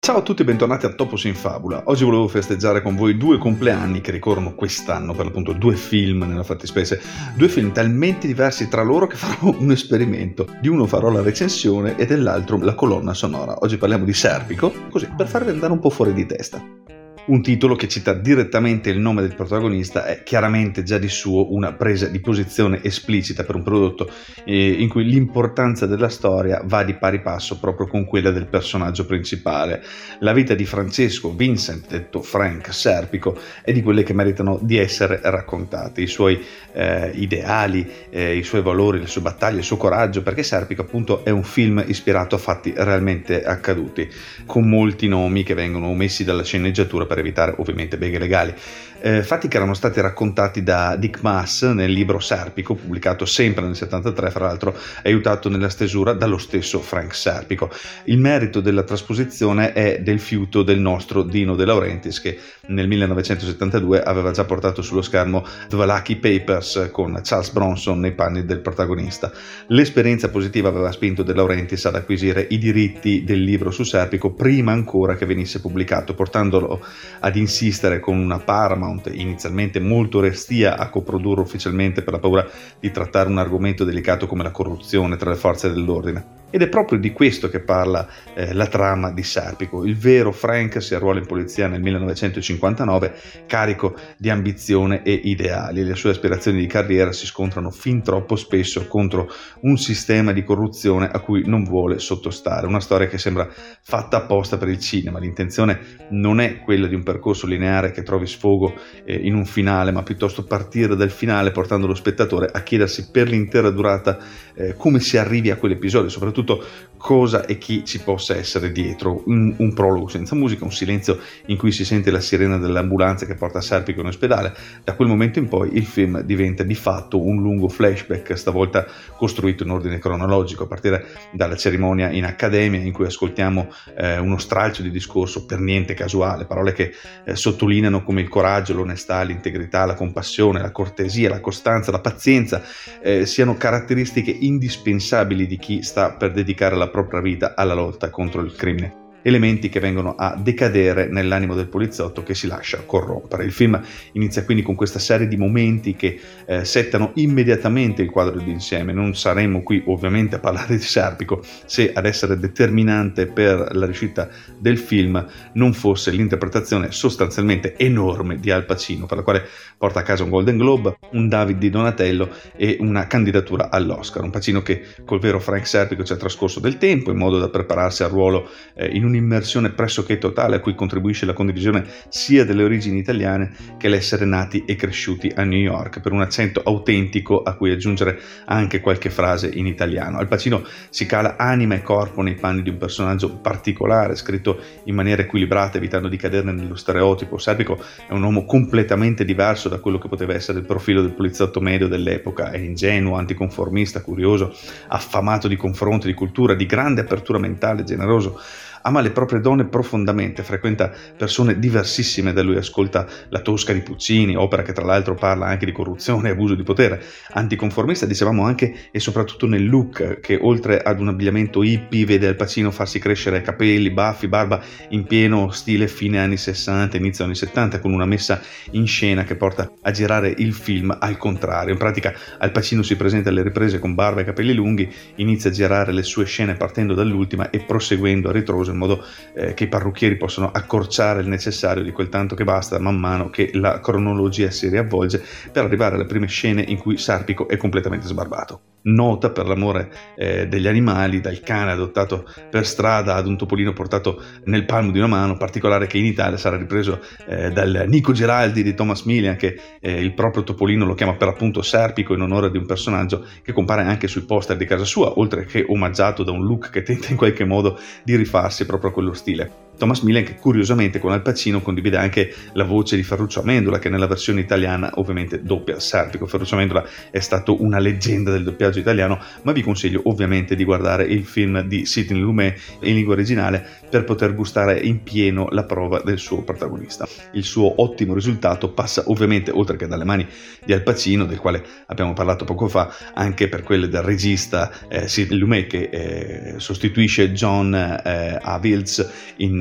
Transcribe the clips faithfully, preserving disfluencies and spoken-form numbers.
Ciao a tutti e bentornati a Topos in Fabula. Oggi volevo festeggiare con voi due compleanni che ricorrono quest'anno, per l'appunto due film nella fattispecie, due film talmente diversi tra loro che farò un esperimento. Di uno farò la recensione e dell'altro la colonna sonora. Oggi parliamo di Serpico, così per farvi andare un po' fuori di testa. Un titolo che cita direttamente il nome del protagonista è chiaramente già di suo una presa di posizione esplicita per un prodotto eh, in cui l'importanza della storia va di pari passo proprio con quella del personaggio principale. La vita di Francesco Vincent, detto Frank Serpico, è di quelle che meritano di essere raccontate, i suoi eh, ideali, eh, i suoi valori, le sue battaglie, il suo coraggio, perché Serpico appunto è un film ispirato a fatti realmente accaduti, con molti nomi che vengono omessi dalla sceneggiatura per evitare ovviamente beghe legali. Eh, fatti che erano stati raccontati da Dick Maas nel libro Serpico, pubblicato sempre nel settantatré, fra l'altro aiutato nella stesura dallo stesso Frank Serpico. Il merito della trasposizione è del fiuto del nostro Dino De Laurentiis, che nel millenovecentosettantadue aveva già portato sullo schermo The Valachi Papers con Charles Bronson nei panni del protagonista. L'esperienza positiva aveva spinto De Laurentiis ad acquisire i diritti del libro su Serpico prima ancora che venisse pubblicato, portandolo ad insistere con una Paramount inizialmente molto restia a coprodurre ufficialmente per la paura di trattare un argomento delicato come la corruzione tra le forze dell'ordine. Ed è proprio di questo che parla eh, la trama di Serpico. Il vero Frank si arruola in polizia nel millenovecentocinquantanove, carico di ambizione e ideali. Le sue aspirazioni di carriera si scontrano fin troppo spesso contro un sistema di corruzione a cui non vuole sottostare. Una storia che sembra fatta apposta per il cinema. L'intenzione non è quella di un percorso lineare che trovi sfogo eh, in un finale, ma piuttosto partire dal finale portando lo spettatore a chiedersi per l'intera durata eh, come si arrivi a quell'episodio, soprattutto cosa e chi ci possa essere dietro. Un, un prologo senza musica, un silenzio in cui si sente la sirena dell'ambulanza che porta Serpico in ospedale. Da quel momento in poi il film diventa di fatto un lungo flashback, stavolta costruito in ordine cronologico, a partire dalla cerimonia in accademia in cui ascoltiamo eh, uno stralcio di discorso per niente casuale, parole che eh, sottolineano come il coraggio, l'onestà, l'integrità, la compassione, la cortesia, la costanza, la pazienza eh, siano caratteristiche indispensabili di chi sta per dedicare la propria vita alla lotta contro il crimine. Elementi che vengono a decadere nell'animo del poliziotto che si lascia corrompere. Il film inizia quindi con questa serie di momenti che eh, settano immediatamente il quadro d'insieme. Non saremmo qui ovviamente a parlare di Serpico se ad essere determinante per la riuscita del film non fosse l'interpretazione sostanzialmente enorme di Al Pacino, per la quale porta a casa un Golden Globe, un David di Donatello e una candidatura all'Oscar. Un Pacino che col vero Frank Serpico ci ha trascorso del tempo in modo da prepararsi al ruolo eh, in un'immersione pressoché totale a cui contribuisce la condivisione sia delle origini italiane che l'essere nati e cresciuti a New York, per un accento autentico a cui aggiungere anche qualche frase in italiano. Al Pacino si cala anima e corpo nei panni di un personaggio particolare, scritto in maniera equilibrata, evitando di cadere nello stereotipo. Serpico è un uomo completamente diverso da quello che poteva essere il profilo del poliziotto medio dell'epoca. È ingenuo, anticonformista, curioso, affamato di confronto, di cultura, di grande apertura mentale, generoso. Ama le proprie donne profondamente, frequenta persone diversissime da lui, ascolta La Tosca di Puccini, opera che tra l'altro parla anche di corruzione e abuso di potere. Anticonformista, dicevamo, anche e soprattutto nel look, che oltre ad un abbigliamento hippie vede Al Pacino farsi crescere capelli, baffi, barba in pieno stile fine anni sessanta, inizio anni settanta, con una messa in scena che porta a girare il film al contrario. In pratica Al Pacino si presenta alle riprese con barba e capelli lunghi, inizia a girare le sue scene partendo dall'ultima e proseguendo a ritroso, in modo eh, che i parrucchieri possano accorciare il necessario di quel tanto che basta man mano che la cronologia si riavvolge, per arrivare alle prime scene in cui Serpico è completamente sbarbato. Nota per l'amore eh, degli animali, dal cane adottato per strada ad un topolino portato nel palmo di una mano, particolare che in Italia sarà ripreso eh, dal Nico Giraldi di Thomas Milian, che eh, il proprio topolino lo chiama per appunto Serpico in onore di un personaggio che compare anche sui poster di casa sua, oltre che omaggiato da un look che tenta in qualche modo di rifarsi proprio a quello stile. Thomas Milian, che curiosamente con Al Pacino condivide anche la voce di Ferruccio Amendola, che nella versione italiana ovviamente doppia Serpico. Ferruccio Amendola è stato una leggenda del doppiaggio italiano, ma vi consiglio ovviamente di guardare il film di Sidney Lumet in lingua originale per poter gustare in pieno la prova del suo protagonista. Il suo ottimo risultato passa ovviamente, oltre che dalle mani di Al Pacino, del quale abbiamo parlato poco fa, anche per quelle del regista eh, Sidney Lumet, che eh, sostituisce John eh, a Wiltz in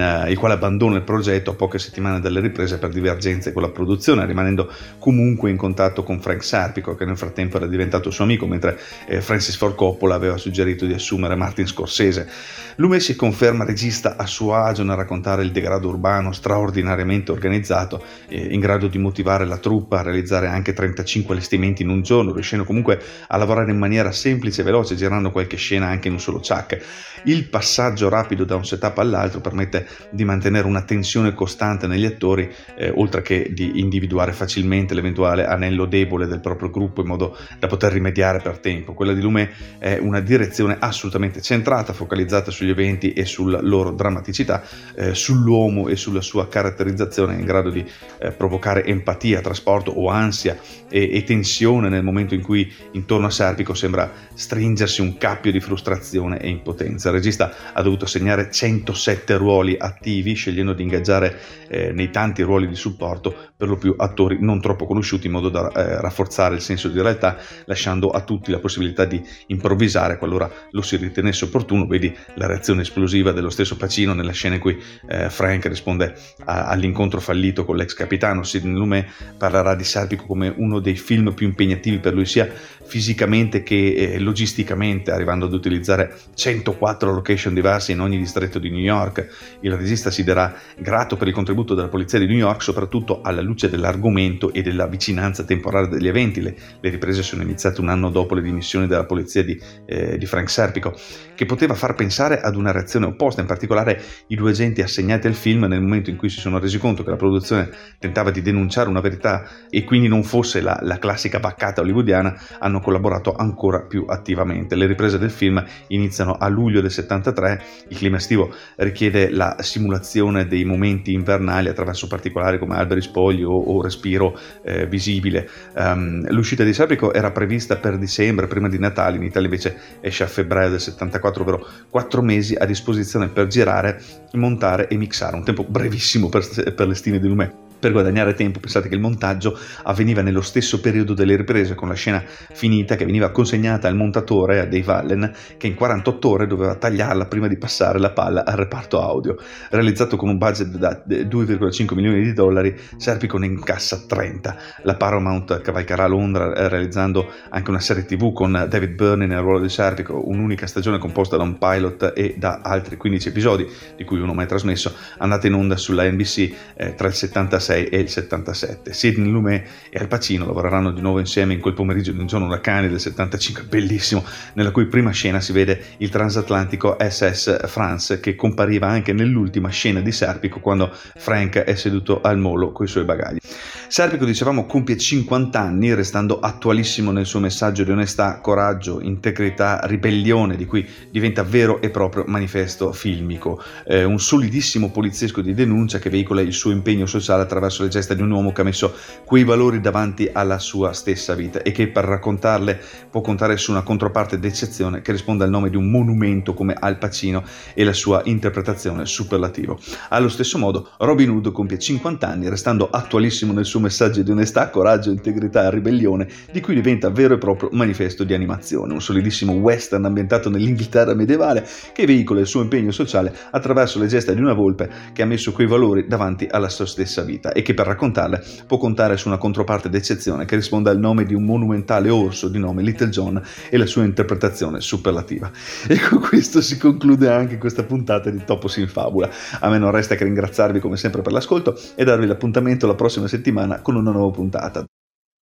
eh, il quale abbandona il progetto a poche settimane dalle riprese per divergenze con la produzione, rimanendo comunque in contatto con Frank Serpico, che nel frattempo era diventato suo amico, mentre eh, Francis Ford Coppola aveva suggerito di assumere Martin Scorsese. Lumet si conferma regista a suo agio nel raccontare il degrado urbano straordinariamente organizzato, eh, in grado di motivare la truppa a realizzare anche trentacinque allestimenti in un giorno, riuscendo comunque a lavorare in maniera semplice e veloce, girando qualche scena anche in un solo chuck. Il passaggio rapido da un setup all'altro permette di mantenere una tensione costante negli attori, eh, oltre che di individuare facilmente l'eventuale anello debole del proprio gruppo in modo da poter rimediare per tempo. Quella di Lumet è una direzione assolutamente centrata, focalizzata sugli eventi e sulla loro drammaticità, eh, sull'uomo e sulla sua caratterizzazione, in grado di eh, provocare empatia, trasporto o ansia e, e tensione nel momento in cui intorno a Serpico sembra stringersi un cappio di frustrazione e impotenza. Il regista ha dovuto segnare centosette ruoli attivi, scegliendo di ingaggiare eh, nei tanti ruoli di supporto per lo più attori non troppo conosciuti, in modo da eh, rafforzare il senso di realtà, lasciando a tutti la possibilità di improvvisare qualora lo si ritenesse opportuno. Vedi la reazione esplosiva dello stesso Pacino nella scena in cui eh, Frank risponde a, all'incontro fallito con l'ex capitano. Sidney Lumet parlerà di Serpico come uno dei film più impegnativi per lui, sia fisicamente che eh, logisticamente, arrivando ad utilizzare centoquattro location diverse in ogni distretto di New York. Il regista si darà grato per il contributo della polizia di New York, soprattutto alla luce dell'argomento e della vicinanza temporale degli eventi. Le, le riprese sono iniziate un anno dopo le dimissioni della polizia di, eh, di Frank Serpico, che poteva far pensare ad una reazione opposta. In particolare, i due agenti assegnati al film, nel momento in cui si sono resi conto che la produzione tentava di denunciare una verità e quindi non fosse la, la classica baccata hollywoodiana, hanno collaborato ancora più attivamente. Le riprese del film iniziano a luglio del settantatré. Il clima estivo richiede la simulazione dei momenti invernali attraverso particolari come alberi spogli o, o respiro eh, visibile. Um, l'uscita di Serpico era prevista per dicembre, prima di Natale. In Italia invece esce a febbraio del settantaquattro, ovvero quattro mesi a disposizione per girare, montare e mixare, un tempo brevissimo per, per le stime di Lumet. Per guadagnare tempo, pensate che il montaggio avveniva nello stesso periodo delle riprese, con la scena finita che veniva consegnata al montatore, a Dave Allen, che in quarantotto ore doveva tagliarla prima di passare la palla al reparto audio. Realizzato con un budget da due virgola cinque milioni di dollari, Serpico ne incassa trenta. La Paramount cavalcherà a Londra, realizzando anche una serie tivù con David Byrne nel ruolo di Serpico, un'unica stagione composta da un pilot e da altri quindici episodi, di cui uno mai trasmesso, andata in onda sulla N B C eh, tra il settantasei e il settantasette. Sidney Lumet e Al Pacino lavoreranno di nuovo insieme in quel pomeriggio di un giorno uragani del settantacinque, bellissimo, nella cui prima scena si vede il transatlantico S S France, che compariva anche nell'ultima scena di Serpico, quando Frank è seduto al molo coi suoi bagagli. Serpico, dicevamo, compie cinquanta anni, restando attualissimo nel suo messaggio di onestà, coraggio, integrità, ribellione, di cui diventa vero e proprio manifesto filmico. Eh, un solidissimo poliziesco di denuncia che veicola il suo impegno sociale attraverso le gesta di un uomo che ha messo quei valori davanti alla sua stessa vita e che per raccontarle può contare su una controparte d'eccezione che risponde al nome di un monumento come Al Pacino e la sua interpretazione superlativo. Allo stesso modo, Robin Hood compie cinquanta anni, restando attualissimo nel suo messaggio di onestà, coraggio, integrità e ribellione, di cui diventa vero e proprio manifesto di animazione, un solidissimo western ambientato nell'Inghilterra medievale che veicola il suo impegno sociale attraverso le gesta di una volpe che ha messo quei valori davanti alla sua stessa vita e che per raccontarle può contare su una controparte d'eccezione che risponde al nome di un monumentale orso di nome Little John e la sua interpretazione superlativa. E con questo si conclude anche questa puntata di Topos in Fabula. A me non resta che ringraziarvi come sempre per l'ascolto e darvi l'appuntamento la prossima settimana con una nuova puntata.